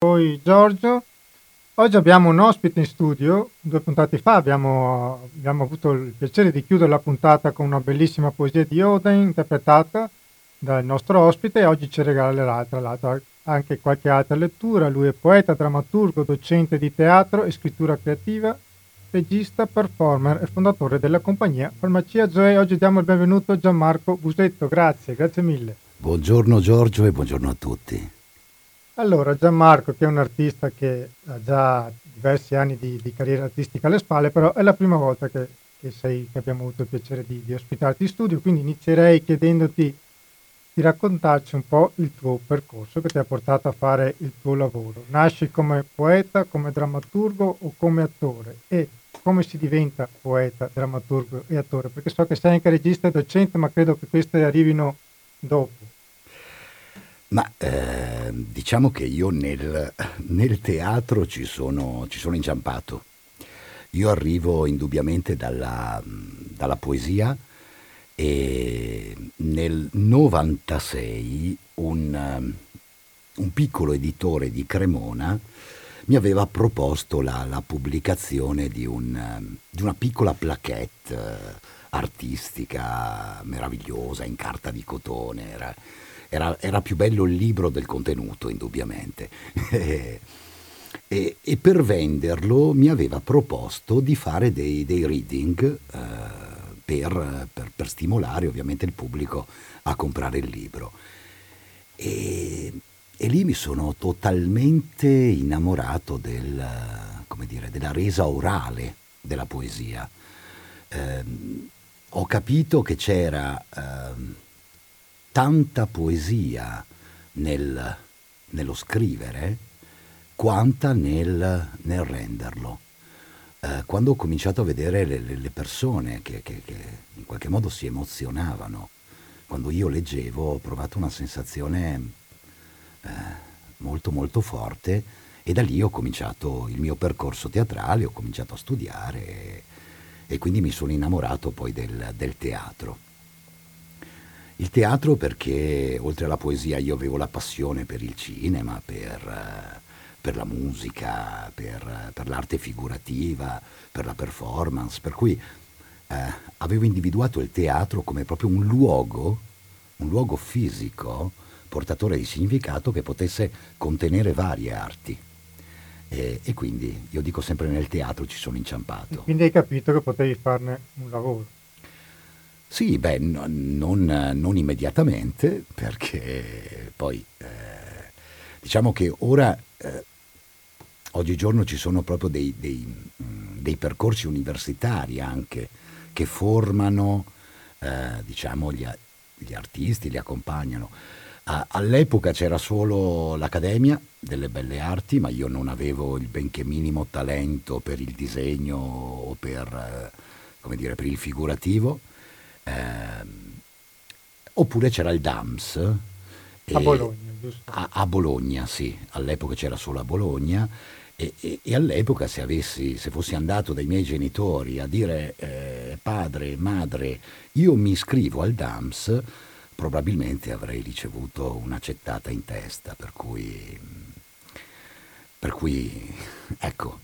Poi Giorgio. Oggi abbiamo un ospite in studio. 2 puntate fa abbiamo avuto il piacere di chiudere la puntata con una bellissima poesia di Oden interpretata dal nostro ospite e oggi ci regalerà tra l'altro anche qualche altra lettura. Lui è poeta, drammaturgo, docente di teatro e scrittura creativa, regista, performer e fondatore della compagnia Farmacia Zoe. Oggi diamo il benvenuto a Gianmarco Busetto. Grazie mille. Buongiorno Giorgio e buongiorno a tutti. Allora, Gianmarco, che è un artista che ha già diversi anni di carriera artistica alle spalle, però è la prima volta che abbiamo avuto il piacere di ospitarti in studio, quindi inizierei chiedendoti di raccontarci un po' il tuo percorso che ti ha portato a fare il tuo lavoro. Nasci come poeta, come drammaturgo o come attore? E come si diventa poeta, drammaturgo e attore? Perché so che sei anche regista e docente, ma credo che queste arrivino dopo. Ma diciamo che io nel teatro ci sono inciampato. Io arrivo indubbiamente dalla poesia e nel 96 un piccolo editore di Cremona mi aveva proposto la pubblicazione di una piccola plaquette artistica meravigliosa in carta di cotone. Era più bello il libro del contenuto, indubbiamente. E per venderlo mi aveva proposto di fare dei reading per stimolare ovviamente il pubblico a comprare il libro. E lì mi sono totalmente innamorato come dire, della resa orale della poesia. Ho capito che c'era tanta poesia nello scrivere quanta nel renderlo. Quando ho cominciato a vedere le persone che in qualche modo si emozionavano quando io leggevo, ho provato una sensazione molto molto forte e da lì ho cominciato il mio percorso teatrale, ho cominciato a studiare e quindi mi sono innamorato poi del teatro. Il teatro perché oltre alla poesia io avevo la passione per il cinema, per la musica, per l'arte figurativa, per la performance, per cui avevo individuato il teatro come proprio un luogo fisico, portatore di significato che potesse contenere varie arti. E quindi io dico sempre nel teatro ci sono E inciampato. quindi hai capito che potevi farne un lavoro. Sì, beh, non immediatamente, perché poi diciamo che ora, oggigiorno ci sono proprio dei percorsi universitari anche che formano, diciamo, gli artisti, li accompagnano. All'epoca c'era solo l'Accademia delle Belle Arti, ma io non avevo il benché minimo talento per il disegno o come dire, per il figurativo. Ehm, Oppure c'era il DAMS A e Bologna, giusto? a Bologna, sì, all'epoca c'era solo a Bologna e all'epoca se fossi andato dai miei genitori a dire padre, madre, io mi iscrivo al DAMS, probabilmente avrei ricevuto un'accettata in testa, per cui ecco,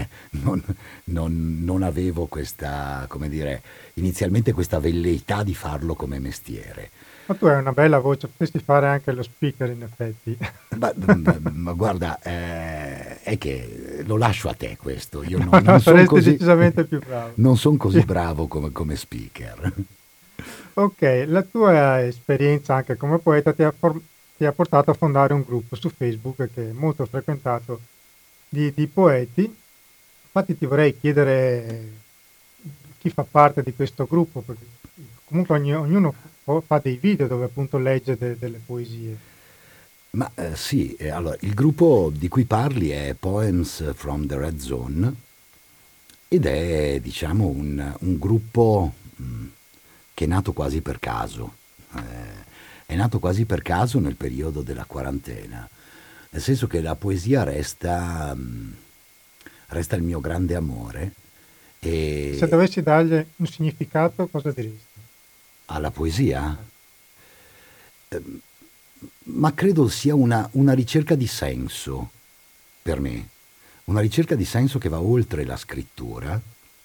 non avevo questa, come dire, inizialmente questa velleità di farlo come mestiere. Ma tu hai una bella voce, potresti fare anche lo speaker in effetti. Ma guarda, è che lo lascio a te questo, io No, no, non sono saresti così, decisamente più bravo. non son così Sì. bravo come speaker. Ok, la tua esperienza anche come poeta ti ha portato a fondare un gruppo su Facebook che è molto frequentato di poeti. Infatti ti vorrei chiedere chi fa parte di questo gruppo, perché comunque ognuno fa dei video dove appunto legge delle poesie. Ma sì, allora, il gruppo di cui parli è Poems from the Red Zone ed è, diciamo, un gruppo che è nato quasi per caso. È nato quasi per caso nel periodo della quarantena, nel senso che la poesia resta il mio grande amore Se e dovessi dargli un significato, cosa diresti? alla poesia, ma credo sia una ricerca di senso. per me, una ricerca di senso che va oltre la scrittura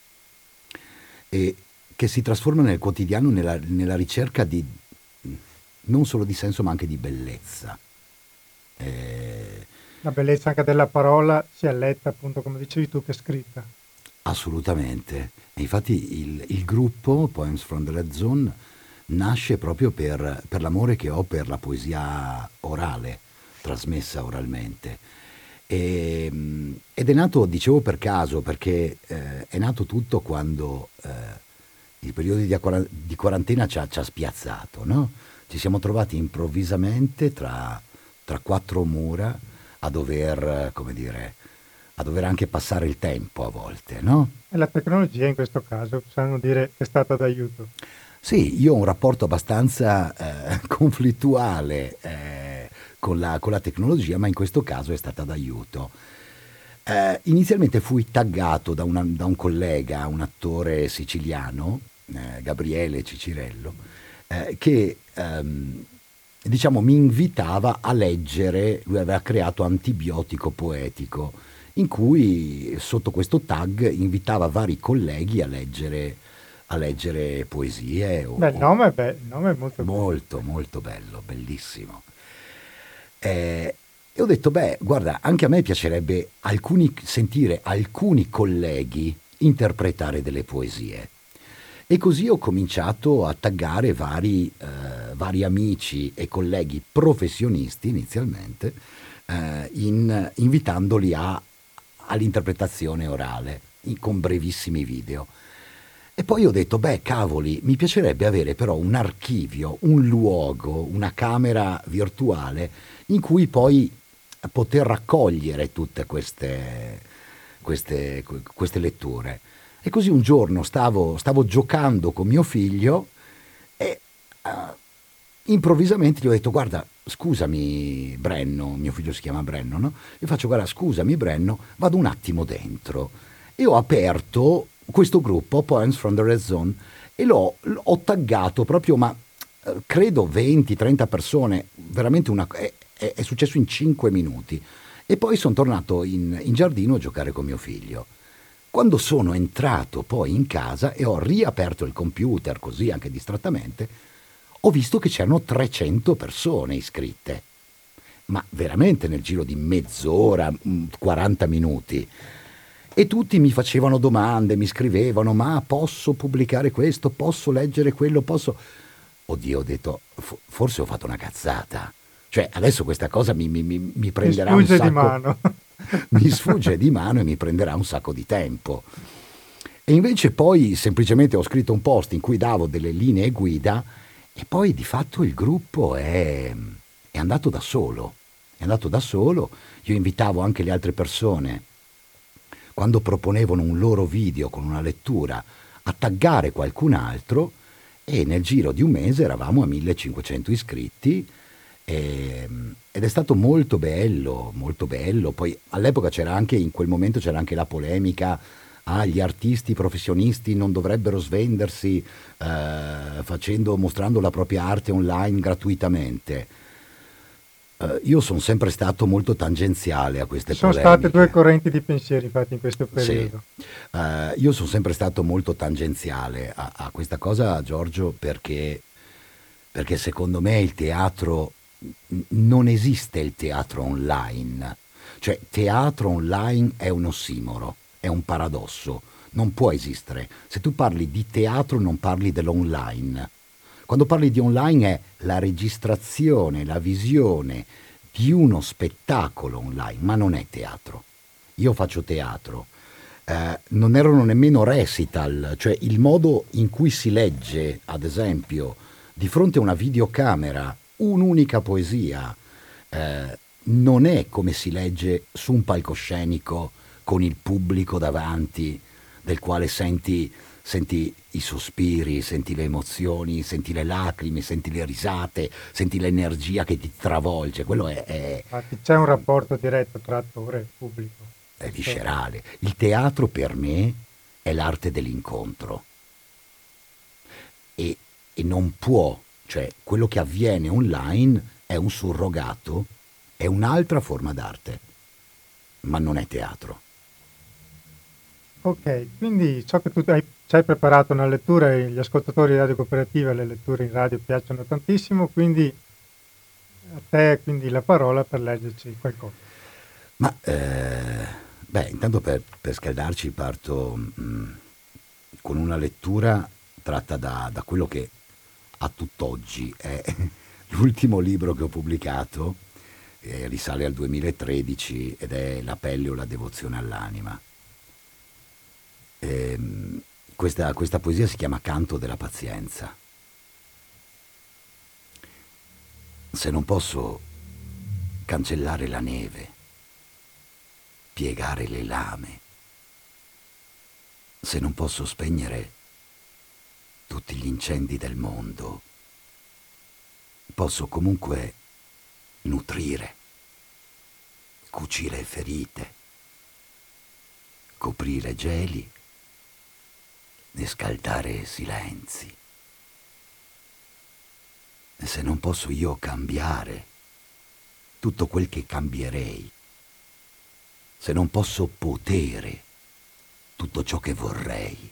e che si trasforma nel quotidiano nella ricerca di non solo di senso ma anche di bellezza. Eh, La bellezza anche della parola, sia letta appunto come dicevi tu che scritta. Assolutamente. E infatti il gruppo Poems from the Red Zone nasce proprio per l'amore che ho per la poesia orale, trasmessa oralmente. Ed è nato, dicevo per caso, perché è nato tutto quando il periodo di quarantena ci ha spiazzato, no? Ci siamo trovati improvvisamente tra quattro mura a dover, come dire, a dover anche passare il tempo a volte, no? E la tecnologia in questo caso possiamo dire che è stata d'aiuto. Sì, io ho un rapporto abbastanza conflittuale con la tecnologia, ma in questo caso è stata d'aiuto. Inizialmente fui taggato da un collega, un attore siciliano, Gabriele Cicirello, che diciamo mi invitava a leggere, lui aveva creato Antibiotico Poetico, in cui sotto questo tag invitava vari colleghi a leggere poesie Beh, il nome è molto bello. molto molto bello, bellissimo. E ho detto, beh, guarda, anche a me piacerebbe sentire alcuni colleghi interpretare delle poesie. E così ho cominciato a taggare vari amici e colleghi professionisti inizialmente, invitandoli all'interpretazione orale, con brevissimi video. E poi ho detto, beh, cavoli, mi piacerebbe avere però un archivio, un luogo, una camera virtuale in cui poi poter raccogliere tutte queste letture. E così un giorno stavo giocando con mio figlio e improvvisamente gli ho detto, guarda, scusami Brenno, mio figlio si chiama Brenno, no? Gli faccio, guarda, scusami Brenno, vado un attimo dentro. E ho aperto questo gruppo, Poems from the Red Zone, e l'ho taggato proprio, ma credo 20-30 persone, veramente è successo in 5 minuti. E poi sono tornato in giardino a giocare con mio figlio. Quando sono entrato poi in casa e ho riaperto il computer, così anche distrattamente, ho visto che c'erano 300 persone iscritte. Ma veramente nel giro di mezz'ora, 40 minuti. E tutti mi facevano domande, mi scrivevano, ma posso pubblicare questo, posso leggere quello, posso... Oddio, ho detto, forse ho fatto una cazzata. Cioè, adesso questa cosa mi Mi prenderà un sfugge di sacco... mano. mi sfugge di mano e mi prenderà un sacco di tempo. E invece poi semplicemente ho scritto un post in cui davo delle linee guida e poi di fatto il gruppo è andato da solo. È andato da solo, io invitavo anche le altre persone, quando proponevano un loro video con una lettura, a taggare qualcun altro e nel giro di un mese eravamo a 1500 iscritti ed è stato molto bello, molto bello. Poi all'epoca c'era anche, in quel momento c'era anche la polemica, gli artisti professionisti non dovrebbero svendersi mostrando la propria arte online gratuitamente. Io sono sempre stato molto tangenziale a Ci queste sono state due polemiche. correnti di pensiero, infatti, in questo Sì, periodo. io sono sempre stato molto tangenziale a questa cosa, Giorgio, perché secondo me il teatro, non esiste il teatro online. Cioè, teatro online è un ossimoro, è un paradosso, non può esistere. Se tu parli di teatro non parli dell'online. Quando parli di online è la registrazione, la visione di uno spettacolo online, ma non è teatro. Io faccio teatro, non erano nemmeno recital, cioè il modo in cui si legge, ad esempio, di fronte a una videocamera, un'unica poesia, non è come si legge su un palcoscenico con il pubblico davanti, del quale senti i sospiri, senti le emozioni, senti le lacrime, senti le risate, senti l'energia che ti travolge. Quello Infatti c'è un rapporto diretto tra attore e pubblico. è Questo viscerale. Il teatro per me è l'arte dell'incontro e non può, cioè quello che avviene online è un surrogato, è un'altra forma d'arte. ma non è teatro. Ok, quindi so che ci hai preparato una lettura e gli ascoltatori di Radio Cooperativa le letture in radio piacciono tantissimo, quindi a te quindi la parola per leggerci qualcosa. Ma beh, intanto per scaldarci parto con una lettura tratta da quello che a tutt'oggi è l'ultimo libro che ho pubblicato, risale al 2013 ed è L'appello o la devozione all'anima. Questa poesia si chiama Canto della pazienza. Se non posso cancellare la neve, piegare le lame, se non posso spegnere tutti gli incendi del mondo, posso comunque nutrire, cucire ferite, coprire geli e scaldare silenzi. E se non posso io cambiare tutto quel che cambierei, se non posso potere tutto ciò che vorrei,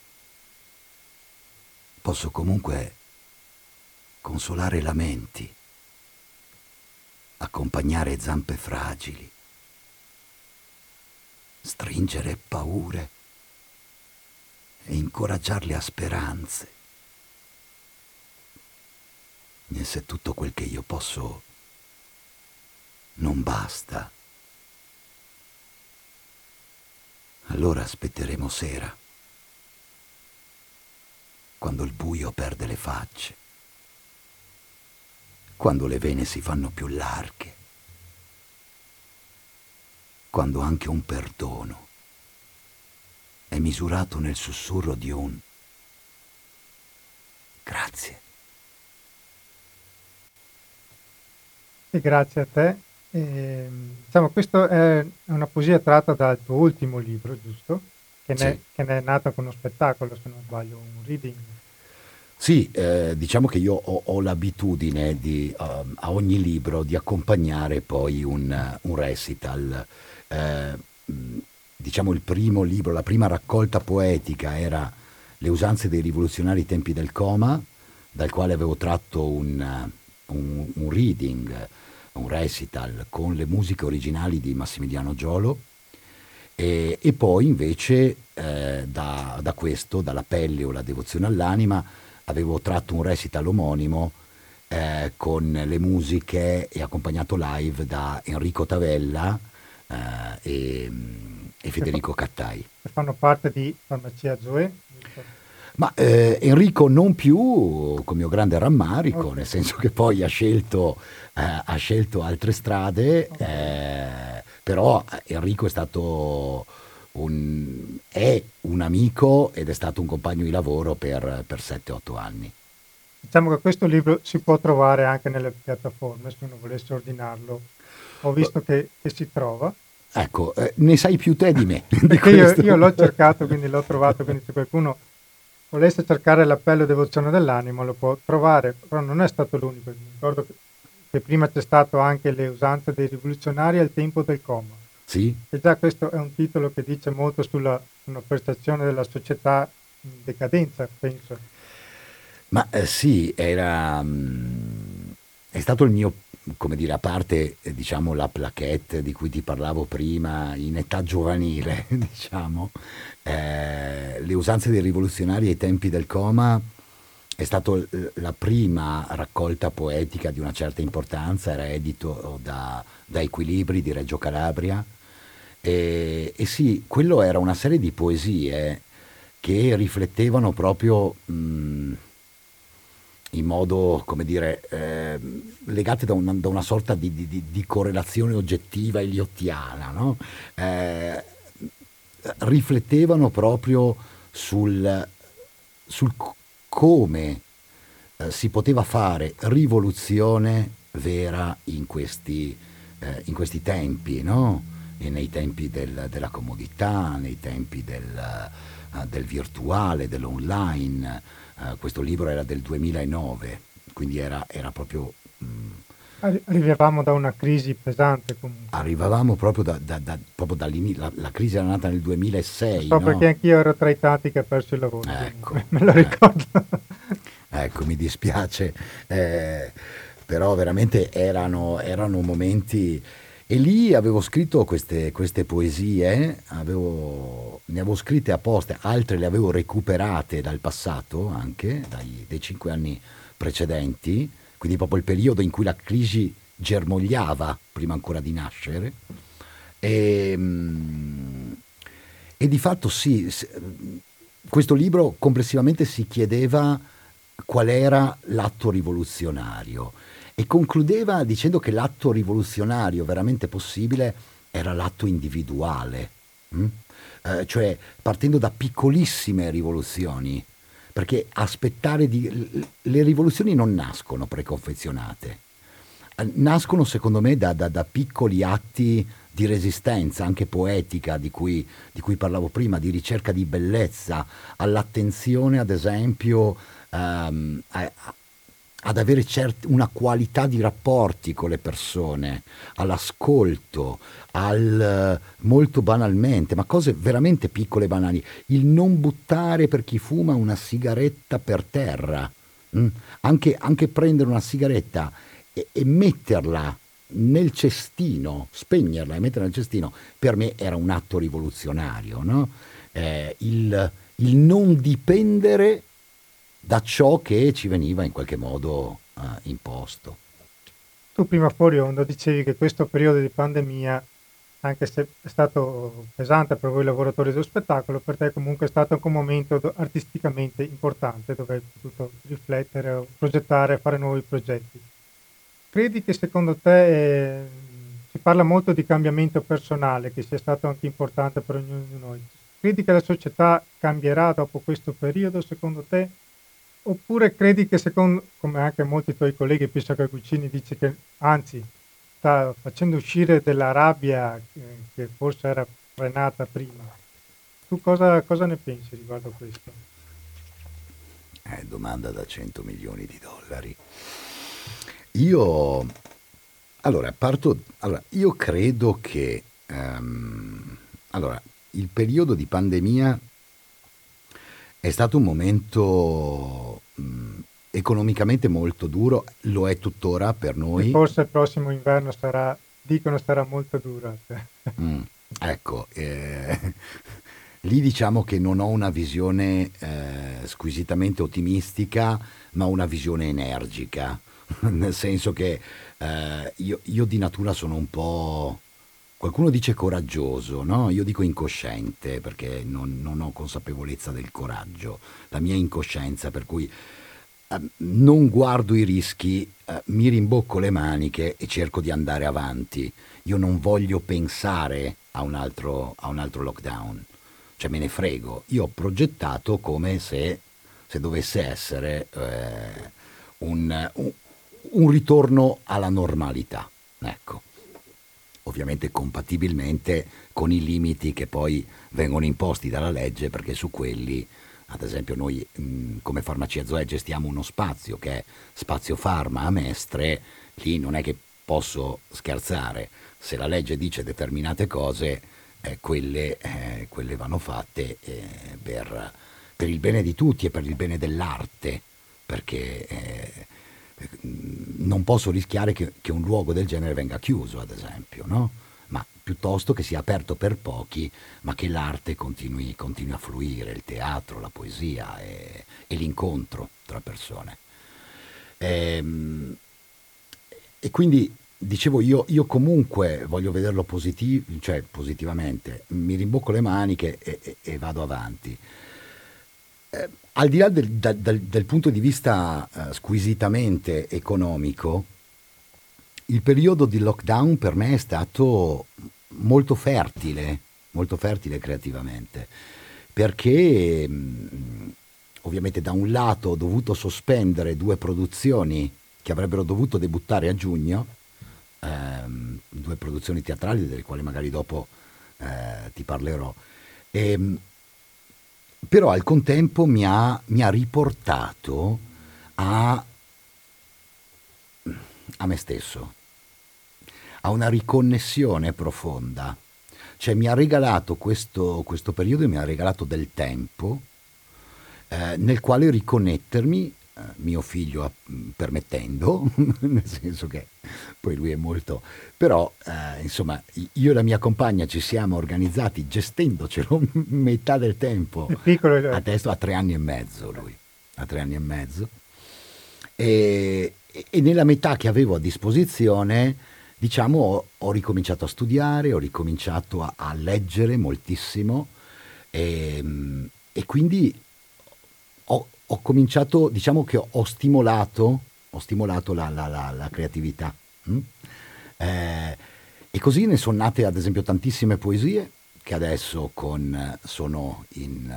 posso comunque consolare lamenti, accompagnare zampe fragili, stringere paure e incoraggarle a speranze. E se tutto quel che io posso non basta, allora aspetteremo sera, quando il buio perde le facce, quando le vene si fanno più larghe, quando anche un perdono è misurato nel sussurro di un grazie. E grazie a te. Diciamo, questo è una poesia tratta dal tuo ultimo libro, giusto? Sì. Che ne è nata con uno spettacolo, se non sbaglio, un reading. Sì, diciamo che io ho l'abitudine a ogni libro di accompagnare poi un recital. Diciamo il primo libro, la prima raccolta poetica era Le usanze dei rivoluzionari ai tempi del coma, dal quale avevo tratto un reading, un recital con le musiche originali di Massimiliano Giolo. E poi invece da questo, dalla pelle o la devozione all'anima, avevo tratto un recital omonimo con le musiche e accompagnato live da Enrico Tavella e Che, fa- Federico Cattai. che fanno parte di Farmacia Zoe, giusto? Ma Enrico non più, con mio grande rammarico, Ok, nel senso che poi ha scelto altre strade, ok. però Enrico è un amico ed è stato un compagno di lavoro per 7-8 anni. Diciamo che questo libro si può trovare anche nelle piattaforme, se uno volesse ordinarlo. Ho visto che si trova, Ecco, ne sai più te di me di perché questo. io l'ho cercato, quindi l'ho trovato, quindi se qualcuno volesse cercare l'appello devozione dell'anima lo può trovare, però non è stato l'unico. Mi ricordo che prima c'è stato anche Le usanze dei rivoluzionari al tempo del coma, Sì? e già questo è un titolo che dice molto sulla una percezione della società in decadenza, penso. Ma sì, è stato il mio, come dire, a parte diciamo la plaquette di cui ti parlavo prima, in età giovanile, diciamo, le usanze dei rivoluzionari ai tempi del coma è stata la prima raccolta poetica di una certa importanza, era edito da Equilibri di Reggio Calabria. E sì, quello era una serie di poesie che riflettevano proprio in modo, come dire, legate da una sorta di correlazione oggettiva eliottiana, no? Riflettevano proprio sul come si poteva fare rivoluzione vera in questi tempi, no? E nei tempi della comodità, nei tempi del virtuale, dell'online. Questo libro era del 2009, quindi era proprio Arrivavamo da una crisi pesante comunque. Arrivavamo proprio, proprio dall'inizio, la crisi era nata nel 2006, So perché no? anch'io ero tra i tanti che ha perso il lavoro, quindi Ecco, me lo ricordo. ecco, mi dispiace, eh, però veramente erano momenti. E lì avevo scritto queste poesie, ne avevo scritte apposta, altre le avevo recuperate dal passato anche, dai 5 anni precedenti, quindi proprio il periodo in cui la crisi germogliava prima ancora di nascere. E, e di fatto sì, questo libro complessivamente si chiedeva qual era l'atto rivoluzionario e concludeva dicendo che l'atto rivoluzionario veramente possibile era l'atto individuale, mm? Cioè partendo da piccolissime rivoluzioni, perché le rivoluzioni non nascono preconfezionate, nascono secondo me da piccoli atti di resistenza, anche poetica, di cui parlavo prima, di ricerca di bellezza, all'attenzione ad esempio ad avere una qualità di rapporti con le persone, all'ascolto, molto banalmente, ma cose veramente piccole e banali, il non buttare per chi fuma una sigaretta per terra, mm? Anche prendere una sigaretta e metterla nel cestino, spegnerla e metterla nel cestino, per me era un atto rivoluzionario, no? Il non dipendere da ciò che ci veniva in qualche modo imposto. Tu prima fuori onda dicevi che questo periodo di pandemia, anche se è stato pesante per voi lavoratori dello spettacolo, per te comunque è stato anche un momento artisticamente importante dove hai potuto riflettere, o progettare, fare nuovi progetti. Credi che secondo te si parla molto di cambiamento personale, che sia stato anche importante per ognuno di noi? Credi che la società cambierà dopo questo periodo, secondo te? Oppure credi che secondo, come anche molti tuoi colleghi, penso che Guccini dice che anzi sta facendo uscire della rabbia che forse era frenata prima. Tu cosa ne pensi riguardo a questo? Domanda da 100 milioni di dollari. Io, allora, io credo che, allora, il periodo di pandemia è stato un momento economicamente molto duro, lo è tuttora per E noi. forse il prossimo inverno sarà, dicono sarà molto dura. Mm, ecco, lì diciamo che non ho una visione squisitamente ottimistica, ma una visione energica, nel senso che io di natura sono un po'. Qualcuno dice coraggioso, no? Io dico incosciente perché non ho consapevolezza del coraggio, la mia incoscienza, per cui non guardo i rischi, mi rimbocco le maniche e cerco di andare avanti. Io non voglio pensare a un altro lockdown, cioè me ne frego. Io ho progettato come se dovesse essere un ritorno alla normalità, ecco, ovviamente compatibilmente con i limiti che poi vengono imposti dalla legge, perché su quelli, ad esempio, noi come Farmacia Zoe gestiamo uno spazio che è Spazio Farma a Mestre, lì non è che posso scherzare, se la legge dice determinate cose, quelle vanno fatte per il bene di tutti e per il bene dell'arte, perché non posso rischiare che un luogo del genere venga chiuso, ad esempio, no? Ma piuttosto che sia aperto per pochi, ma che l'arte continui a fluire, il teatro, la poesia e l'incontro tra persone. E quindi dicevo io comunque voglio vederlo cioè positivamente, mi rimbocco le maniche e vado avanti. Al di là del punto di vista squisitamente economico, il periodo di lockdown per me è stato molto fertile creativamente, perché ovviamente da un lato ho dovuto sospendere due produzioni che avrebbero dovuto debuttare a giugno, due produzioni teatrali delle quali magari dopo ti parlerò. E, però al contempo mi ha riportato a a me stesso, a una riconnessione profonda. Cioè mi ha regalato questo periodo, mi ha regalato del tempo nel quale riconnettermi, mio figlio permettendo, nel senso che poi lui è molto... Però, insomma, io e la mia compagna ci siamo organizzati gestendocelo metà del tempo. È piccolo, Adesso ha 3 anni e mezzo lui, ha 3 anni e mezzo. E nella metà che avevo a disposizione, diciamo, ho ricominciato a studiare, ho ricominciato a leggere moltissimo e quindi ho cominciato, diciamo che ho stimolato la creatività. Mm? Eh, e così ne sono nate ad esempio tantissime poesie che adesso sono in...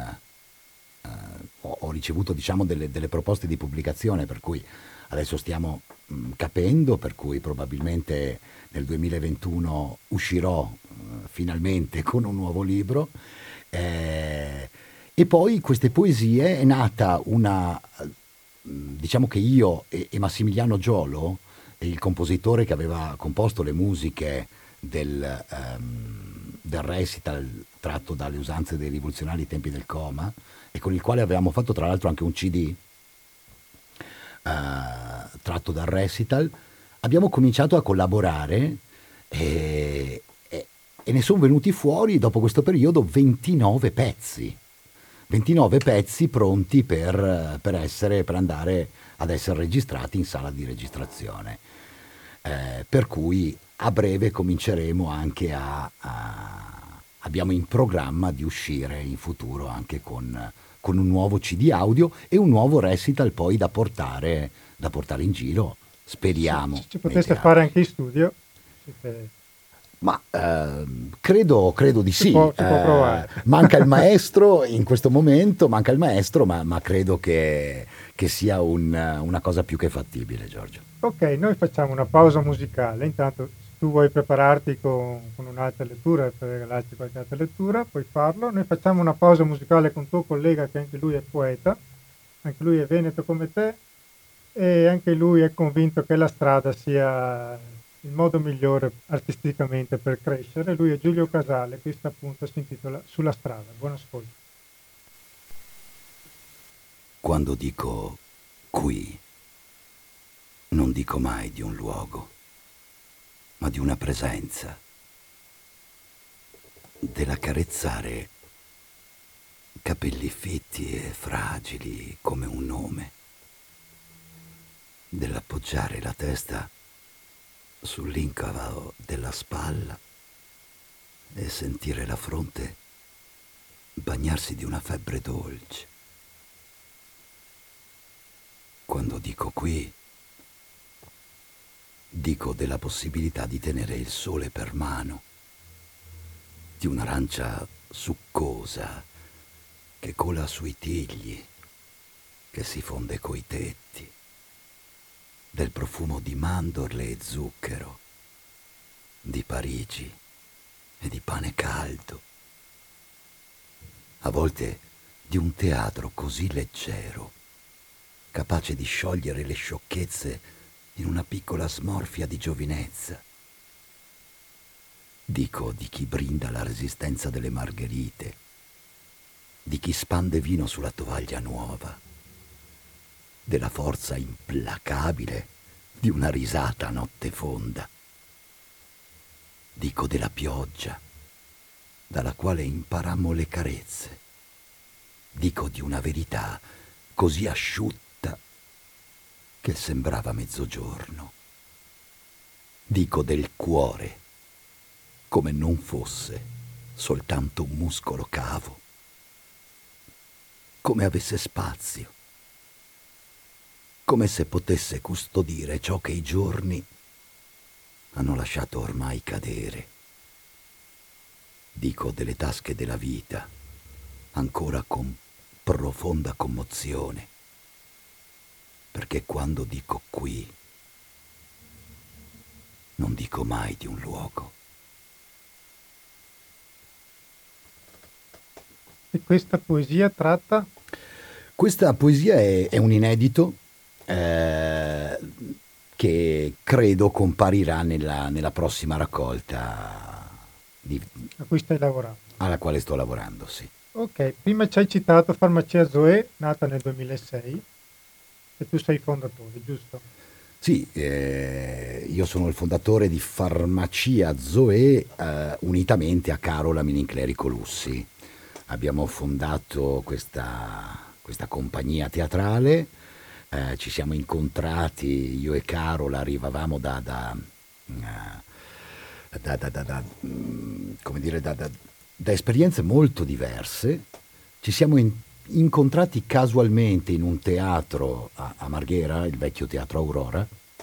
ho ricevuto diciamo delle proposte di pubblicazione per cui adesso stiamo capendo, per cui probabilmente nel 2021 uscirò finalmente con un nuovo libro. E poi queste poesie è nata diciamo che io e Massimiliano Giolo, il compositore che aveva composto le musiche del recital tratto dalle usanze dei rivoluzionari tempi del coma, e con il quale avevamo fatto tra l'altro anche un CD tratto dal recital, abbiamo cominciato a collaborare e ne sono venuti fuori dopo questo periodo 29 pezzi. 29 pezzi pronti per andare ad essere registrati in sala di registrazione. Per cui a breve cominceremo anche abbiamo in programma di uscire in futuro anche con un nuovo CD audio e un nuovo recital poi da portare in giro, speriamo. Se ci poteste fare anche in studio, siete... Ma credo di sì. Si può provare. Manca il maestro in questo momento, manca il maestro, ma credo che sia una cosa più che fattibile, Giorgio. Ok, noi facciamo una pausa musicale. Intanto, se tu vuoi prepararti con un'altra lettura, per regalarci qualche altra lettura, puoi farlo. Noi facciamo una pausa musicale con tuo collega, che anche lui è poeta, anche lui è veneto come te, e anche lui è convinto che la strada sia il modo migliore artisticamente per crescere. Lui è Giulio Casale, questa appunto si intitola Sulla strada. Buon ascolto. Quando dico qui, non dico mai di un luogo, ma di una presenza, dell'accarezzare capelli fitti e fragili come un nome, dell'appoggiare la testa sull'incavo della spalla e sentire la fronte bagnarsi di una febbre dolce. Quando dico qui, dico della possibilità di tenere il sole per mano, di un'arancia succosa che cola sui tigli, che si fonde coi tetti, del profumo di mandorle e zucchero, di Parigi e di pane caldo, a volte di un teatro così leggero, capace di sciogliere le sciocchezze in una piccola smorfia di giovinezza. Dico di chi brinda la resistenza delle margherite, di chi spande vino sulla tovaglia nuova, della forza implacabile di una risata a notte fonda. Dico della pioggia, dalla quale imparammo le carezze. Dico di una verità così asciutta che sembrava mezzogiorno. Dico del cuore, come non fosse soltanto un muscolo cavo, come avesse spazio, come se potesse custodire ciò che i giorni hanno lasciato ormai cadere. Dico delle tasche della vita, ancora con profonda commozione, perché quando dico qui, non dico mai di un luogo. E questa poesia tratta? Questa poesia è un inedito che credo comparirà nella prossima raccolta di- a cui stai lavorando. alla quale sto lavorando, sì. Ok, prima ci hai citato Farmacia Zoe, nata nel 2006, e tu sei fondatore, giusto? Sì, io sono il fondatore di Farmacia Zoe, unitamente a Carola Mininclerico Lussi. Abbiamo fondato questa compagnia teatrale, ci siamo incontrati, io e Carola arrivavamo come dire, da esperienze molto diverse. Ci siamo incontrati casualmente in un teatro a Marghera, il vecchio teatro Aurora,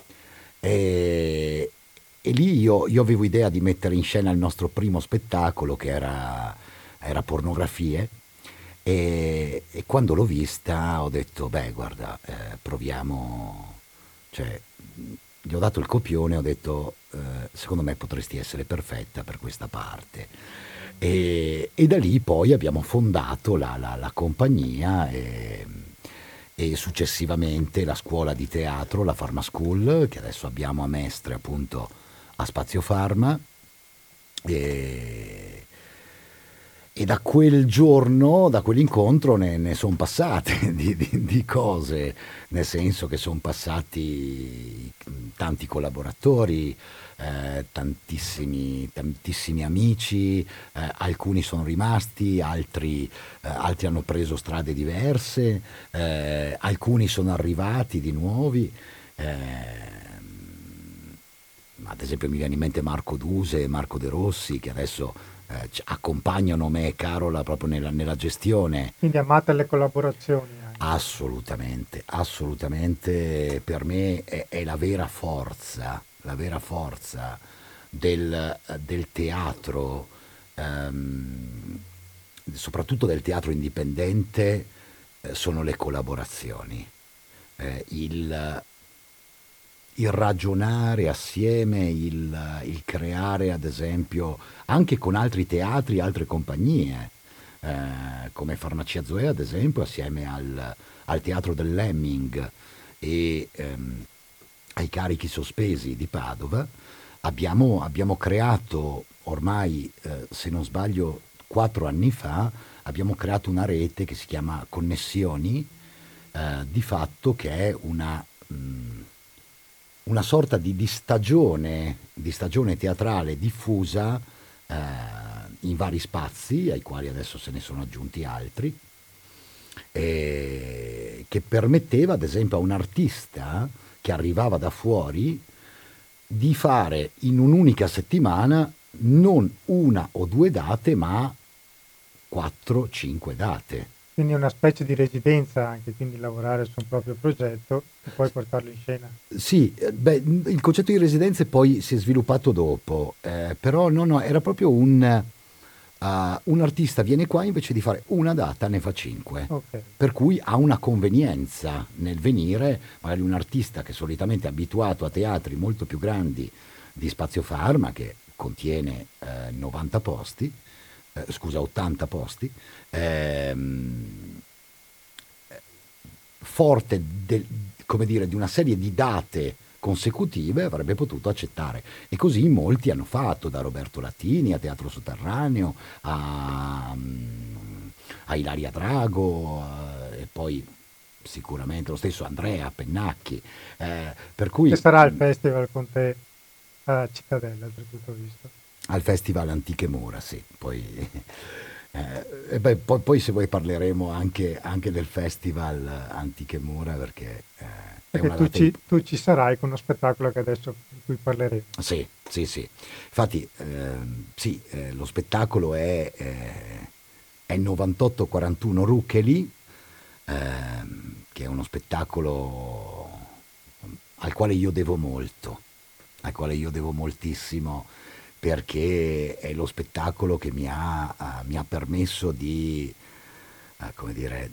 e, e lì io avevo idea di mettere in scena il nostro primo spettacolo, che era Pornografie, e quando l'ho vista ho detto, beh, guarda, proviamo, cioè, gli ho dato il copione, ho detto, secondo me potresti essere perfetta per questa parte. E da lì poi abbiamo fondato la compagnia e successivamente la scuola di teatro, la Pharma School, che adesso abbiamo a Mestre, appunto, a Spazio Pharma. E, e da quel giorno, da quell'incontro, ne sono passate di cose, nel senso che sono passati tanti collaboratori, tantissimi amici, alcuni sono rimasti, altri hanno preso strade diverse, alcuni sono arrivati di nuovi. Ad esempio mi viene in mente Marco Duse e Marco De Rossi, che adesso accompagnano me e Carola proprio nella gestione. Quindi amate le collaborazioni anche. Assolutamente, assolutamente, per me è la vera forza del teatro, ehm, soprattutto del teatro indipendente, sono le collaborazioni. Il ragionare assieme, il creare, ad esempio, anche con altri teatri, altre compagnie, come Farmacia Zoe, ad esempio, assieme al Teatro del Lemming e ai Carichi Sospesi di Padova, abbiamo creato ormai, se non sbaglio, 4 anni fa, abbiamo creato una rete che si chiama Connessioni, di fatto che è una sorta di stagione teatrale diffusa in vari spazi, ai quali adesso se ne sono aggiunti altri, che permetteva ad esempio a un artista che arrivava da fuori di fare in un'unica settimana non una o due date, ma 4-5 date. Quindi è una specie di residenza anche, quindi lavorare su un proprio progetto e poi portarlo in scena. Sì, beh, il concetto di residenze poi si è sviluppato dopo, però no, era proprio un artista viene qua invece di fare una data ne fa 5, Ok, per cui ha una convenienza nel venire, magari un artista che solitamente è abituato a teatri molto più grandi di Spazio Pharma, che contiene 90 posti, scusa, 80 posti, ehm, forte come dire, di una serie di date consecutive avrebbe potuto accettare, e così in molti hanno fatto, da Roberto Latini a Teatro Sotterraneo a Ilaria Drago, e poi sicuramente lo stesso Andrea Pennacchi, per che cui sarà il festival con te a Cittadella, per tutto visto. al Festival Antiche Mura, sì, poi, e beh, poi se vuoi parleremo anche del Festival Antiche Mura, perché è Perché una data importante. tu ci sarai con uno spettacolo che adesso di cui parleremo. Sì, sì, sì. Infatti, sì, lo spettacolo è 9841 Ruccheli, che è uno spettacolo al quale io devo molto, al quale io devo moltissimo, perché è lo spettacolo che mi ha permesso come dire,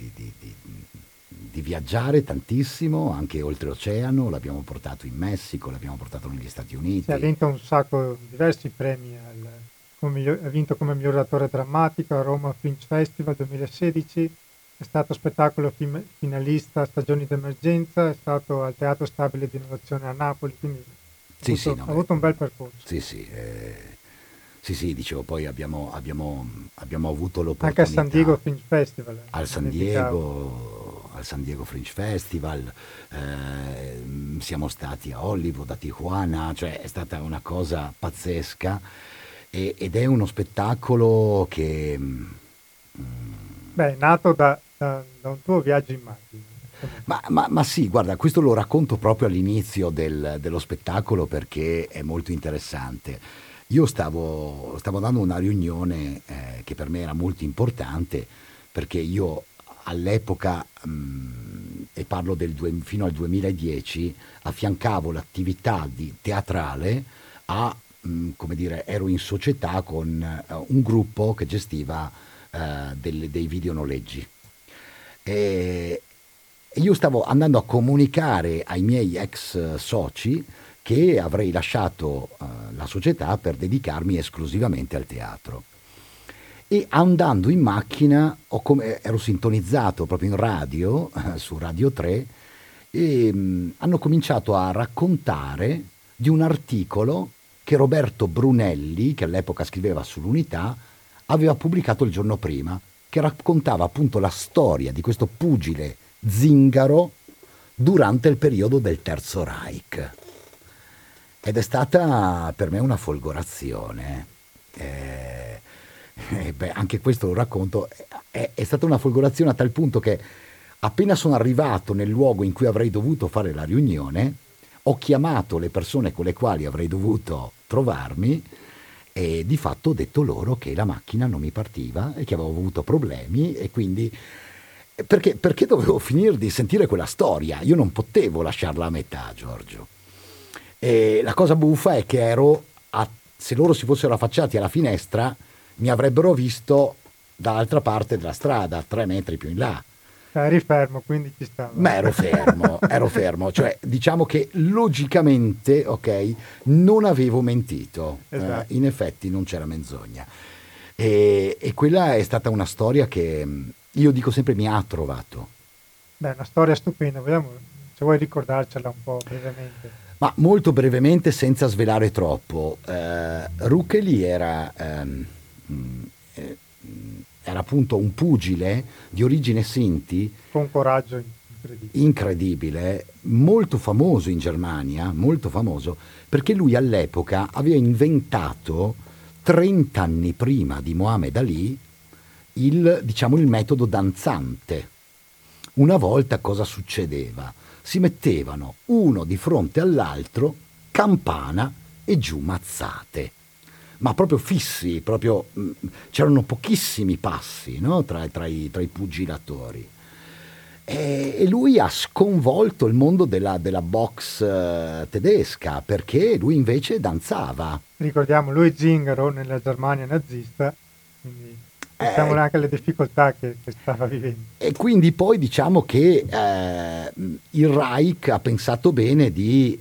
di viaggiare tantissimo, anche oltreoceano. L'abbiamo portato in Messico, l'abbiamo portato negli Stati Si ha Uniti. vinto un sacco, diversi premi, ha vinto come miglior attore drammatico a Roma Fringe Festival 2016, è stato spettacolo finalista a Stagioni d'Emergenza, è stato al Teatro Stabile di Innovazione a Napoli, quindi Sì, sì, ha no, beh, avuto un bel percorso. sì, sì, sì, sì, dicevo, poi abbiamo avuto Anche a San Diego l'opportunità Film Festival, al dimenticavo. Al San Diego Fringe Festival, siamo stati a Hollywood, a Tijuana, cioè è stata una cosa pazzesca ed è uno spettacolo che... Beh, è nato da un tuo viaggio in macchina. Ma sì, guarda, questo lo racconto proprio all'inizio dello spettacolo perché è molto interessante. Io stavo dando una riunione che per me era molto importante perché io all'epoca, e parlo fino al 2010, affiancavo l'attività teatrale come dire, ero in società con un gruppo che gestiva dei videonoleggi. E io stavo andando a comunicare ai miei ex soci che avrei lasciato la società per dedicarmi esclusivamente al teatro. E andando in macchina ero sintonizzato proprio in radio, su Radio 3, e hanno cominciato a raccontare di un articolo che Roberto Brunelli, che all'epoca scriveva sull'Unità, aveva pubblicato il giorno prima, che raccontava appunto la storia di questo pugile zingaro durante il periodo del Terzo Reich. Ed è stata per me una folgorazione. Beh, anche questo lo racconto. È stata una folgorazione a tal punto che appena sono arrivato nel luogo in cui avrei dovuto fare la riunione, ho chiamato le persone con le quali avrei dovuto trovarmi e di fatto ho detto loro che la macchina non mi partiva e che avevo avuto problemi e quindi perché dovevo finire di sentire quella storia, io non potevo lasciarla a metà, Giorgio. E la cosa buffa è che se loro si fossero affacciati alla finestra mi avrebbero visto dall'altra parte della strada, 3 metri più in là. Eri fermo, quindi ci stava. Ma ero fermo, cioè diciamo che logicamente, ok, non avevo mentito, Esatto. in effetti non c'era menzogna. E quella è stata una storia che io dico sempre mi ha trovato. Beh, una storia stupenda, vediamo se vuoi ricordarcela un po' brevemente. Ma molto brevemente, senza svelare troppo, Ruccoli era appunto un pugile di origine Sinti, Con coraggio incredibile. incredibile, molto famoso in Germania, molto famoso, perché lui all'epoca aveva inventato, 30 anni prima di Mohammed Ali, diciamo, il metodo danzante. Una volta cosa succedeva? Si mettevano uno di fronte all'altro, campana e giù mazzate. Ma proprio fissi, proprio, c'erano pochissimi passi, no? tra i pugilatori. E lui ha sconvolto il mondo della box tedesca perché lui invece danzava. Ricordiamo, lui zingaro nella Germania nazista, quindi pensiamo Eh, anche alle difficoltà che stava vivendo. E quindi poi diciamo che il Reich ha pensato bene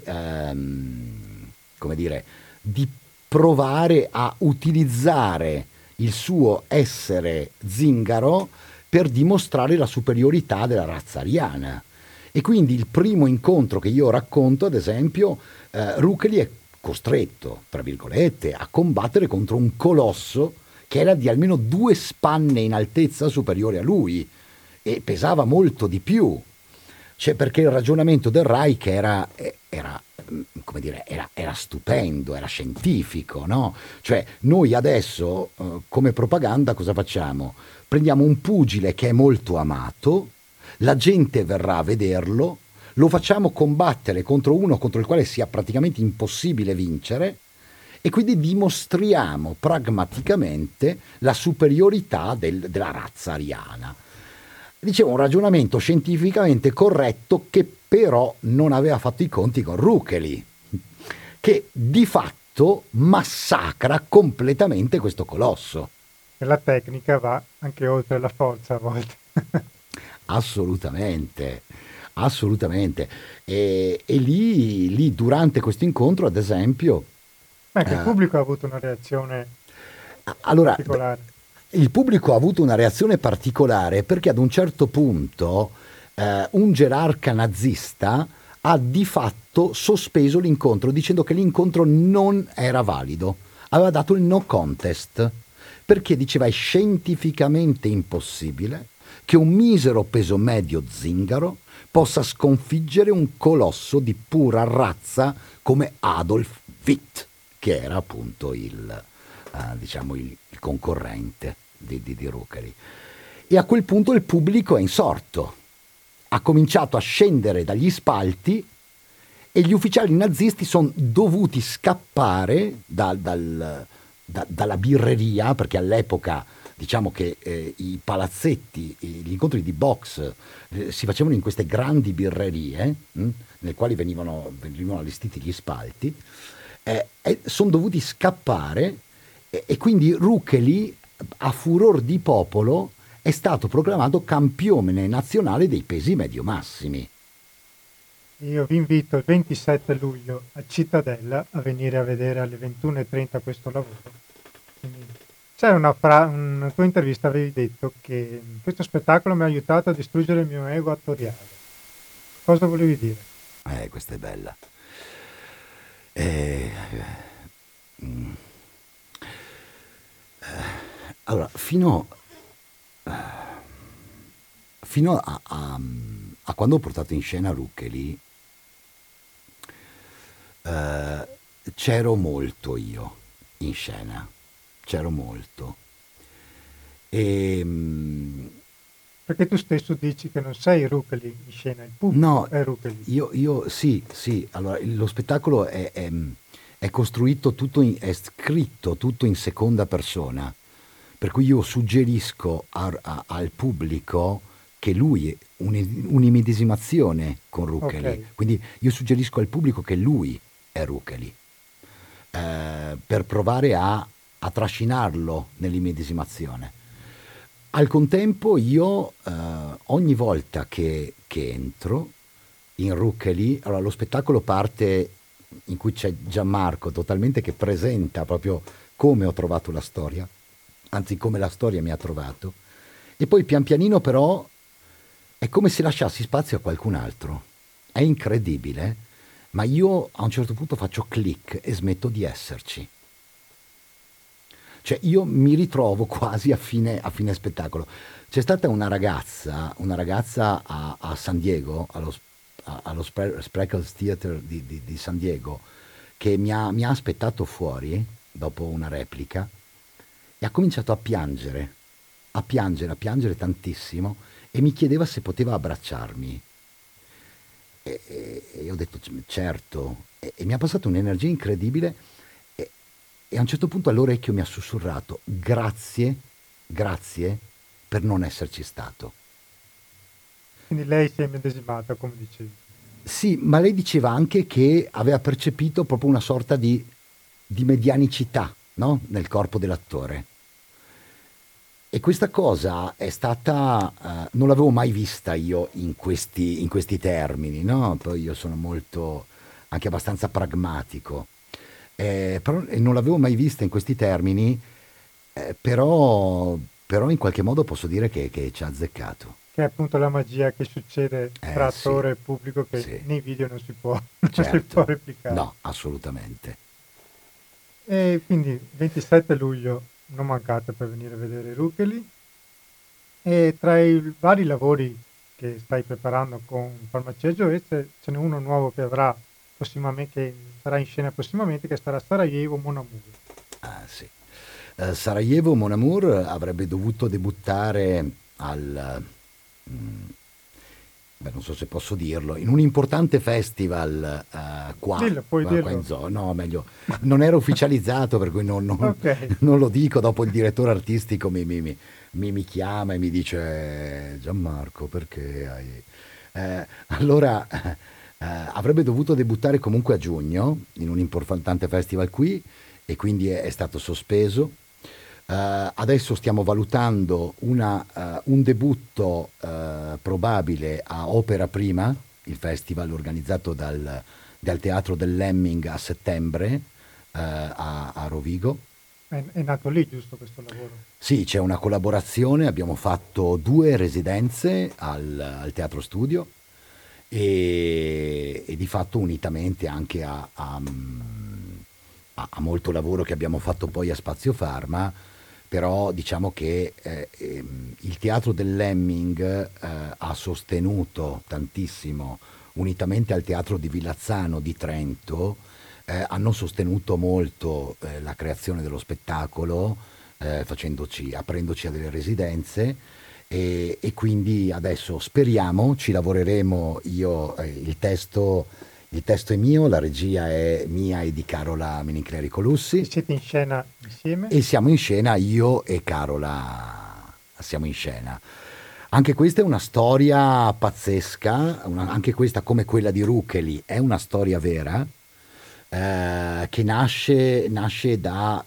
come dire, di provare a utilizzare il suo essere zingaro per dimostrare la superiorità della razza ariana. E quindi il primo incontro che io racconto, ad esempio, Ruccoli è costretto, tra virgolette, a combattere contro un colosso che era di almeno 2 spanne in altezza superiore a lui e pesava molto di più. Cioè, perché il ragionamento del Reich come dire, era stupendo, era scientifico, no? Cioè, noi adesso, come propaganda, cosa facciamo? Prendiamo un pugile che è molto amato, la gente verrà a vederlo, lo facciamo combattere contro uno contro il quale sia praticamente impossibile vincere e quindi dimostriamo pragmaticamente la superiorità della razza ariana. Dicevo, un ragionamento scientificamente corretto che però non aveva fatto i conti con Ruccoli, che di fatto massacra completamente questo colosso. E la tecnica va anche oltre la forza a volte. Assolutamente, assolutamente. E lì durante questo incontro, ad esempio, Ma anche il eh, pubblico ha avuto una reazione allora, particolare. il pubblico ha avuto una reazione particolare perché ad un certo punto un gerarca nazista ha di fatto sospeso l'incontro dicendo che l'incontro non era valido. Aveva dato il no contest perché diceva è scientificamente impossibile che un misero peso medio zingaro possa sconfiggere un colosso di pura razza come Adolf Witt, che era appunto diciamo il concorrente di Ruccoli. E a quel punto il pubblico è insorto, ha cominciato a scendere dagli spalti e gli ufficiali nazisti sono dovuti scappare dalla birreria, perché all'epoca diciamo che i palazzetti, gli incontri di box si facevano in queste grandi birrerie nelle quali venivano allestiti gli spalti, e sono dovuti scappare e quindi Ruccoli, a furor di popolo, è stato proclamato campione nazionale dei pesi medio-massimi. Io vi invito il 27 luglio a Cittadella a venire a vedere alle 21:30 questo lavoro. Quindi, c'è una tua intervista, avevi detto che questo spettacolo mi ha aiutato a distruggere il mio ego attoriale. Cosa volevi dire? Questa è bella. Eh, mm, allora, fino a quando ho portato in scena Ruccoli, c'ero molto io in scena, c'ero molto. E, Perché tu stesso dici che non sei Ruccoli in scena, il pubblico no, è Ruccoli. io sì, allora lo spettacolo è costruito tutto, è scritto tutto in seconda persona, per cui io suggerisco al pubblico che lui è un'immedesimazione con Ruccoli, Ok. quindi io suggerisco al pubblico che lui è Ruccoli, per provare a trascinarlo nell'immedesimazione. Al contempo io ogni volta che entro in Ruccoli, allora lo spettacolo parte in cui c'è Gianmarco totalmente che presenta proprio come ho trovato la storia, anzi come la storia mi ha trovato, e poi pian pianino però è come se lasciassi spazio a qualcun altro. È incredibile, ma io a un certo punto faccio click e smetto di esserci. Cioè io mi ritrovo quasi a fine spettacolo. C'è stata una ragazza a San Diego, allo Spreckles Theater di San Diego, che mi ha aspettato fuori dopo una replica e ha cominciato a piangere tantissimo e mi chiedeva se poteva abbracciarmi. E io ho detto certo, e mi ha passato un'energia incredibile e a un certo punto all'orecchio mi ha sussurrato grazie, grazie per non esserci stato. Quindi lei si è immedesimata, come dicevi. Sì, ma lei diceva anche che aveva percepito proprio una sorta di medianicità, no? Nel corpo dell'attore. E questa cosa è stata, non l'avevo mai vista io in questi termini, no? Poi io sono molto, anche abbastanza pragmatico, però non l'avevo mai vista in questi termini, però in qualche modo posso dire che ci ha azzeccato. Che è appunto la magia che succede tra Sì, attore e pubblico che sì, nei video non si può, non si può certo, replicare. no, assolutamente. E quindi 27 luglio non mancate per venire a vedere Ruggeli. E tra i vari lavori che stai preparando con Farmacia Gioè ce n'è uno nuovo che avrà prossimamente, che sarà in scena prossimamente, che sarà Sarajevo Mon Amour. Ah, sì. Sarajevo Mon Amour avrebbe dovuto debuttare mm, beh, non so se posso dirlo, in un importante festival Dillo, puoi qua in dirlo. zona, no, meglio, non era ufficializzato, per cui Ok, non lo dico, dopo il direttore artistico mi chiama e mi dice Gianmarco, perché hai... allora, avrebbe dovuto debuttare comunque a giugno, in un importante festival qui, e quindi è stato sospeso. Adesso stiamo valutando un debutto probabile a Opera Prima, il festival organizzato dal Teatro del Lemming a settembre a Rovigo. È nato lì, giusto, questo lavoro? Sì, c'è una collaborazione, abbiamo fatto 2 residenze al Teatro Studio e di fatto unitamente anche a molto lavoro che abbiamo fatto poi a Spazio Pharma, però diciamo che il Teatro del Lemming ha sostenuto tantissimo, unitamente al Teatro di Villazzano di Trento, hanno sostenuto molto la creazione dello spettacolo, aprendoci a delle residenze e quindi adesso speriamo, ci lavoreremo, il testo è mio, la regia è mia e di Carola Menincleri E Colussi siete in scena insieme? e siamo in scena, io e Carola siamo in scena. Anche questa è una storia pazzesca, anche questa come quella di Rucheli, è una storia vera che nasce da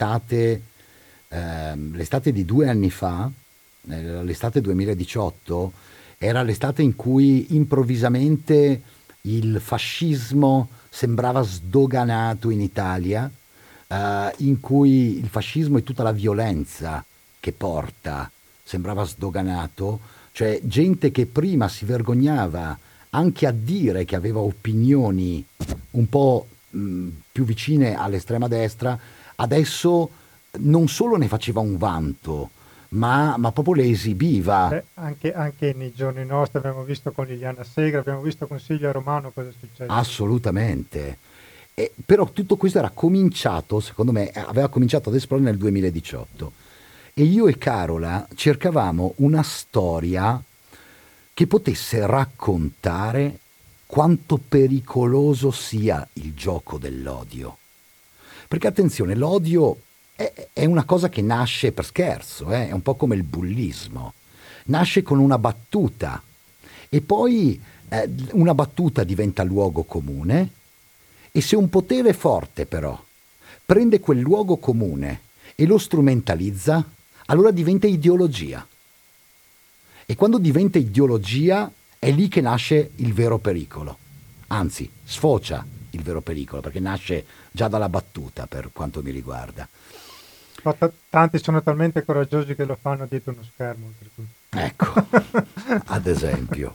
l'estate di 2 anni fa, l'estate 2018, era l'estate in cui improvvisamente il fascismo sembrava sdoganato in Italia, in cui il fascismo e tutta la violenza che porta sembrava sdoganato, cioè gente che prima si vergognava anche a dire che aveva opinioni un po' più vicine all'estrema destra, adesso non solo ne faceva un vanto, ma proprio le esibiva. Beh, anche nei giorni nostri abbiamo visto con Liliana Segre, abbiamo visto con Silvia Romano cosa è successo. Assolutamente. Però tutto questo era cominciato, secondo me, aveva cominciato ad esplodere nel 2018. E io e Carola cercavamo una storia che potesse raccontare quanto pericoloso sia il gioco dell'odio. Perché attenzione, l'odio è una cosa che nasce per scherzo, è un po' come il bullismo. Nasce con una battuta e poi una battuta diventa luogo comune e se un potere forte però prende quel luogo comune e lo strumentalizza, allora diventa ideologia. E quando diventa ideologia è lì che nasce il vero pericolo. Anzi, sfocia il vero pericolo, perché nasce già dalla battuta per quanto mi riguarda. No, tanti sono talmente coraggiosi che lo fanno dietro uno schermo, Ecco, ad esempio.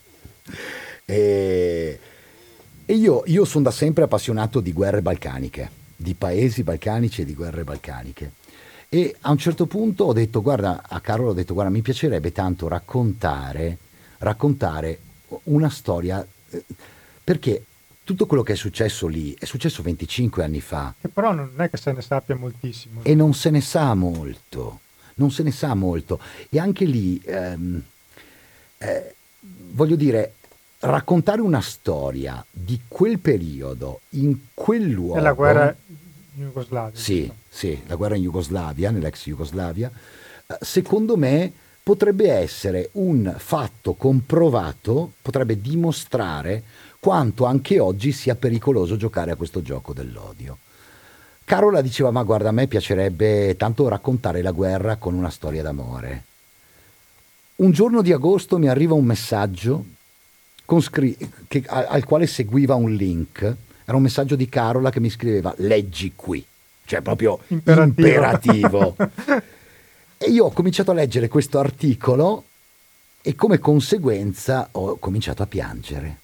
E, e io sono da sempre appassionato di guerre balcaniche, di paesi balcanici e di guerre balcaniche. E a un certo punto ho detto, guarda, a Carlo ho detto, guarda, mi piacerebbe tanto raccontare una storia, perché tutto quello che è successo lì è successo 25 anni fa che però non è che se ne sappia moltissimo. e non se ne sa molto, non se ne sa molto. E anche lì, voglio dire, raccontare una storia di quel periodo, in quel È la guerra luogo, in Jugoslavia, sì, giusto? sì, la guerra in Jugoslavia, nell'ex Jugoslavia, secondo me potrebbe essere un fatto comprovato, potrebbe dimostrare quanto anche oggi sia pericoloso giocare a questo gioco dell'odio. Carola diceva, ma guarda, a me piacerebbe tanto raccontare la guerra con una storia d'amore. Un giorno di agosto mi arriva un messaggio al quale seguiva un link. Era un messaggio di Carola che mi scriveva, leggi qui, cioè proprio Imperativo. imperativo. E io ho cominciato a leggere questo articolo e come conseguenza ho cominciato a piangere.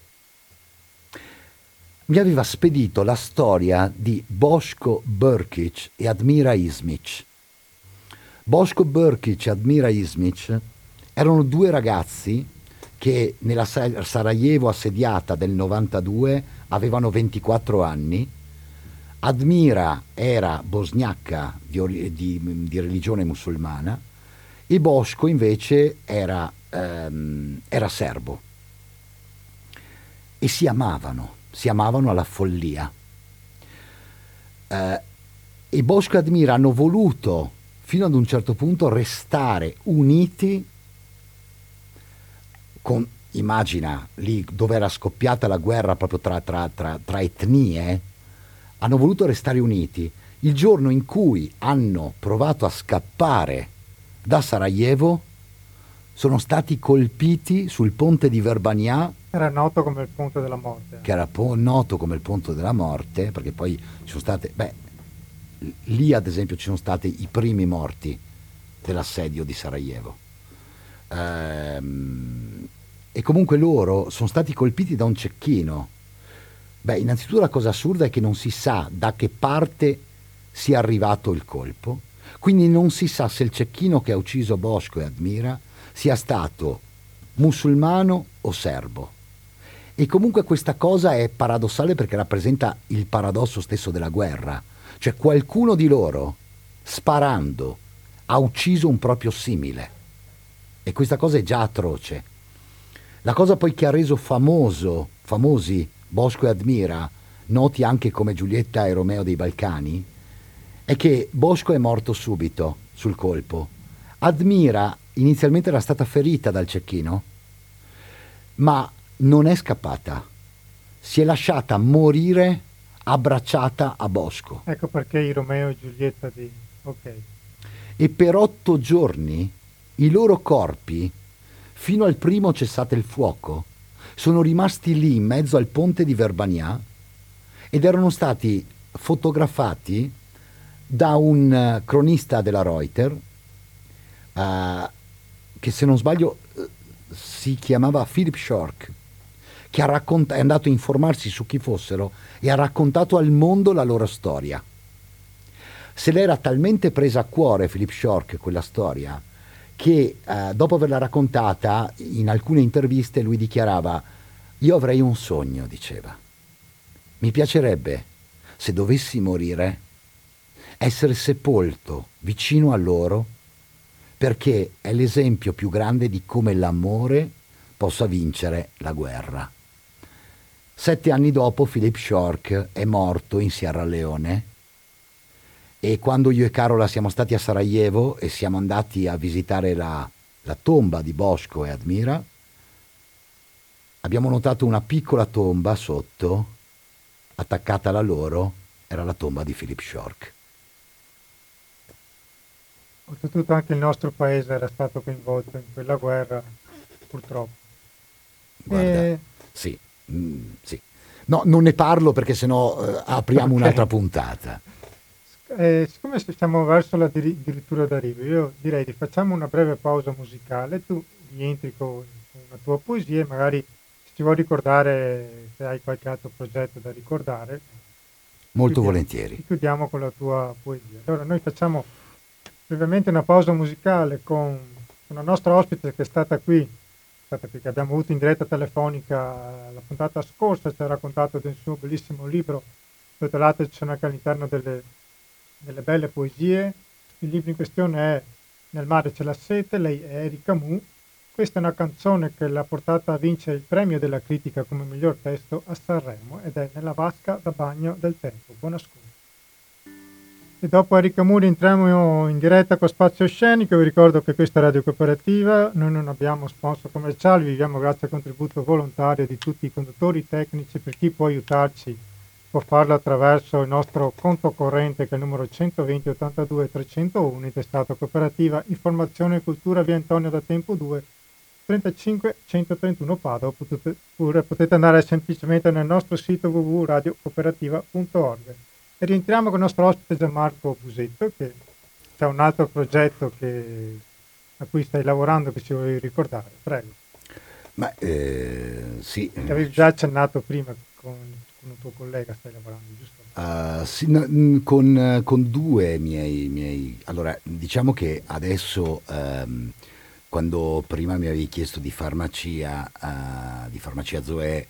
Mi aveva spedito la storia di Boško Brkić e Admira Ismić. Boško Brkić e Admira Ismić erano 2 ragazzi che nella Sarajevo assediata del 92 avevano 24 anni. Admira era bosgnacca di religione musulmana e Boško invece era serbo. E si amavano alla follia. E Boško e Admira hanno voluto fino ad un certo punto restare uniti immagina lì dove era scoppiata la guerra proprio tra etnie, hanno voluto restare uniti. Il giorno in cui hanno provato a scappare da Sarajevo sono stati colpiti sul ponte di Verbania, Era noto come il ponte della morte. che era noto come il ponte della morte, perché poi ci sono state, lì ad esempio ci sono stati i primi morti dell'assedio di Sarajevo. E comunque loro sono stati colpiti da un cecchino. Beh, innanzitutto la cosa assurda è che non si sa da che parte sia arrivato il colpo, quindi non si sa se il cecchino che ha ucciso Boško e Admira sia stato musulmano o serbo. E comunque questa cosa è paradossale perché rappresenta il paradosso stesso della guerra. Cioè qualcuno di loro, sparando, ha ucciso un proprio simile. E questa cosa è già atroce. La cosa poi che ha reso famosi Boško e Admira, noti anche come Giulietta e Romeo dei Balcani, è che Boško è morto subito sul colpo. Admira inizialmente era stata ferita dal cecchino, ma non è scappata. Si è lasciata morire abbracciata a Boško. Ecco perché i Romeo e Giulietta di... Ok. E per 8 giorni i loro corpi, fino al primo cessate il fuoco, sono rimasti lì in mezzo al ponte di Verbania ed erano stati fotografati da un cronista della Reuters che, se non sbaglio, si chiamava Philip Schork, che è andato a informarsi su chi fossero e ha raccontato al mondo la loro storia. Se l'era talmente presa a cuore Philip Schork quella storia che dopo averla raccontata in alcune interviste lui dichiarava: io avrei un sogno, diceva, mi piacerebbe, se dovessi morire, essere sepolto vicino a loro, perché è l'esempio più grande di come l'amore possa vincere la guerra. 7 anni dopo Philip Schork è morto in Sierra Leone, e quando io e Carola siamo stati a Sarajevo e siamo andati a visitare la tomba di Boško e Admira, abbiamo notato una piccola tomba sotto, attaccata alla loro, era la tomba di Philip Schork. Oltretutto anche il nostro paese era stato coinvolto in quella guerra, purtroppo. Guarda, sì, sì. No, non ne parlo perché sennò apriamo un'altra puntata. Siccome siamo verso la addirittura d'arrivo, io direi di facciamo una breve pausa musicale, tu rientri con una tua poesia e magari se ci vuoi ricordare, se hai qualche altro progetto da ricordare. Molto volentieri. Chiudiamo con la tua poesia. Allora noi facciamo brevemente una pausa musicale con una nostra ospite che è stata qui, che abbiamo avuto in diretta telefonica la puntata scorsa, ci ha raccontato del suo bellissimo libro, dove tra l'altro ci sono anche all'interno delle belle poesie. Il libro in questione è Nel mare c'è la sete, lei è Erika Mu. Questa è una canzone che l'ha portata a vincere il premio della critica come miglior testo a Sanremo ed è Nella vasca da bagno del tempo. Buon ascolto. E dopo Erika Mu entriamo in diretta con Spazio Scenico. Vi ricordo che questa è Radio Cooperativa, noi non abbiamo sponsor commerciali, viviamo grazie al contributo volontario di tutti i conduttori tecnici. Per chi può aiutarci può farlo attraverso il nostro conto corrente, che è il numero 120 82 301, intestato Cooperativa Informazione e Cultura, via Antonio da Tempo 2 35 131 Padova. Potete andare semplicemente nel nostro sito www.radiocooperativa.org. E rientriamo con il nostro ospite Gianmarco Busetto, che c'è un altro progetto a cui stai lavorando, che ci vuoi ricordare. Prego. Ma sì. Che avevi già accennato prima con un tuo collega, stai lavorando, giusto? Sì, no, con due miei... Allora, diciamo che adesso, quando prima mi avevi chiesto di farmacia Zoe,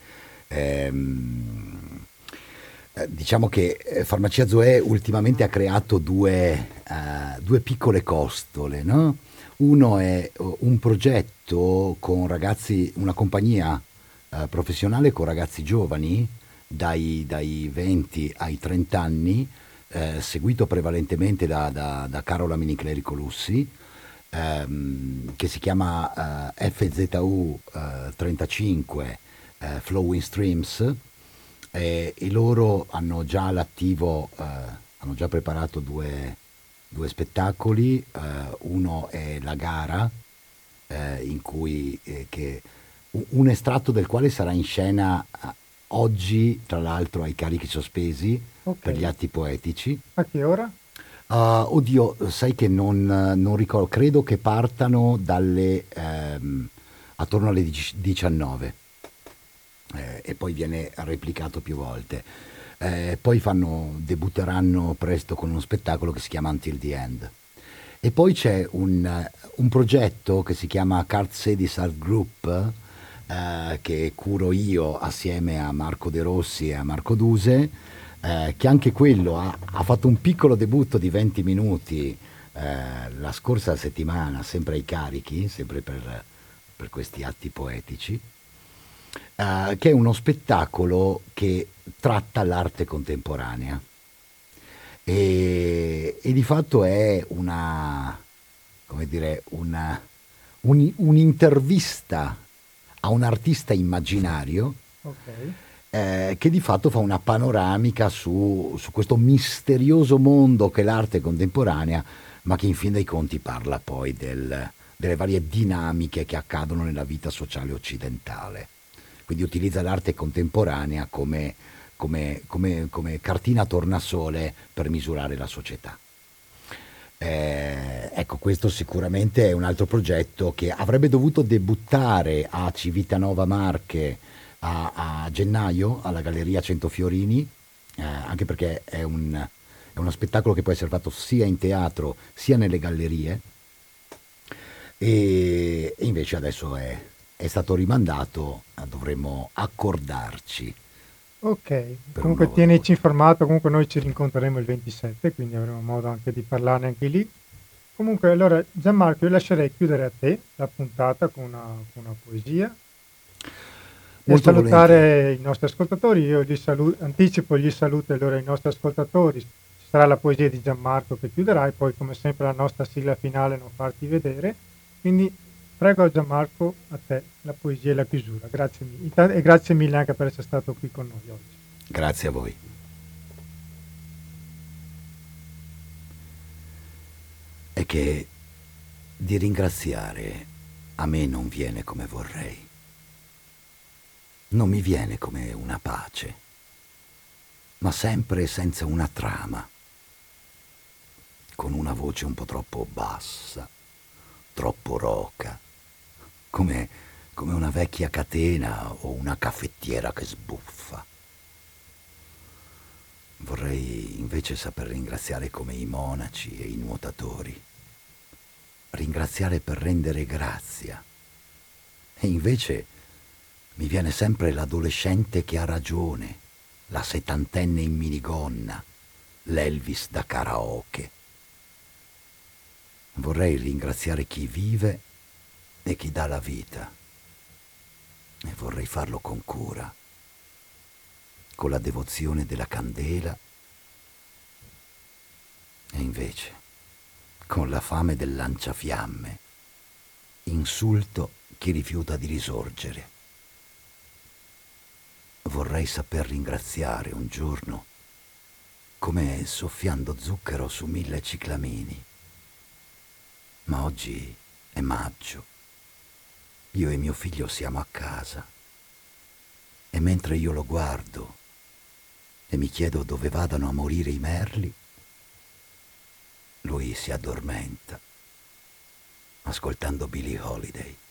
diciamo che Farmacia Zoe ultimamente ha creato due piccole costole, no? Uno è un progetto con ragazzi, una compagnia professionale con ragazzi giovani, dai 20 ai 30 anni, seguito prevalentemente da Carola Miniclerico Lussi, che si chiama FZU 35 Flowing Streams, e loro hanno già all'attivo, hanno già preparato due spettacoli. Uno è La gara, in cui un estratto del quale sarà in scena oggi, tra l'altro ai Carichi Sospesi, okay, per gli atti poetici. A che ora? Oddio, sai che non ricordo, credo che partano attorno alle 19 e poi viene replicato più volte. Poi debutteranno presto con uno spettacolo che si chiama Until the End. E poi c'è un progetto che si chiama Card Sedis Art Group, che curo io assieme a Marco De Rossi e a Marco Duse, che anche quello ha fatto un piccolo debutto di 20 minuti la scorsa settimana, sempre ai carichi, sempre per questi atti poetici, che è uno spettacolo che tratta l'arte contemporanea e di fatto è come dire, un'intervista a un artista immaginario Ok, che di fatto fa una panoramica su questo misterioso mondo che è l'arte contemporanea, ma che in fin dei conti parla poi delle varie dinamiche che accadono nella vita sociale occidentale. Quindi utilizza l'arte contemporanea come cartina tornasole per misurare la società. Ecco, questo sicuramente è un altro progetto che avrebbe dovuto debuttare a Civitanova Marche a gennaio alla Galleria Centofiorini, anche perché è uno spettacolo che può essere fatto sia in teatro sia nelle gallerie, e invece adesso è stato rimandato, dovremmo accordarci ok. per un Comunque nuovo tienici debutto. informato, comunque noi ci rincontreremo il 27, quindi avremo modo anche di parlarne anche lì. Comunque, allora, Gianmarco, io lascerei chiudere a te la puntata con una poesia e Molto volentieri. salutare i nostri ascoltatori. Io anticipo gli saluti allora ai nostri ascoltatori. Ci sarà la poesia di Gianmarco che chiuderà e poi, come sempre, la nostra sigla finale non farti vedere. Quindi, prego Gianmarco, a te la poesia e la chiusura. Grazie mille. E grazie mille anche per essere stato qui con noi oggi. Grazie a voi. È che di ringraziare a me non viene come vorrei. Non mi viene come una pace, ma sempre senza una trama, con una voce un po' troppo bassa, troppo roca, come, come una vecchia catena o una caffettiera che sbuffa. Vorrei invece saper ringraziare come i monaci e i nuotatori, ringraziare per rendere grazia. E invece mi viene sempre l'adolescente che ha ragione, la settantenne in minigonna, l'Elvis da karaoke. Vorrei ringraziare chi vive e chi dà la vita. E vorrei farlo con cura, con la devozione della candela, e invece con la fame del lanciafiamme insulto chi rifiuta di risorgere. Vorrei saper ringraziare un giorno come soffiando zucchero su 1000 ciclamini. Ma oggi è maggio, io e mio figlio siamo a casa e mentre io lo guardo e mi chiedo dove vadano a morire i merli, lui si addormenta ascoltando Billie Holiday.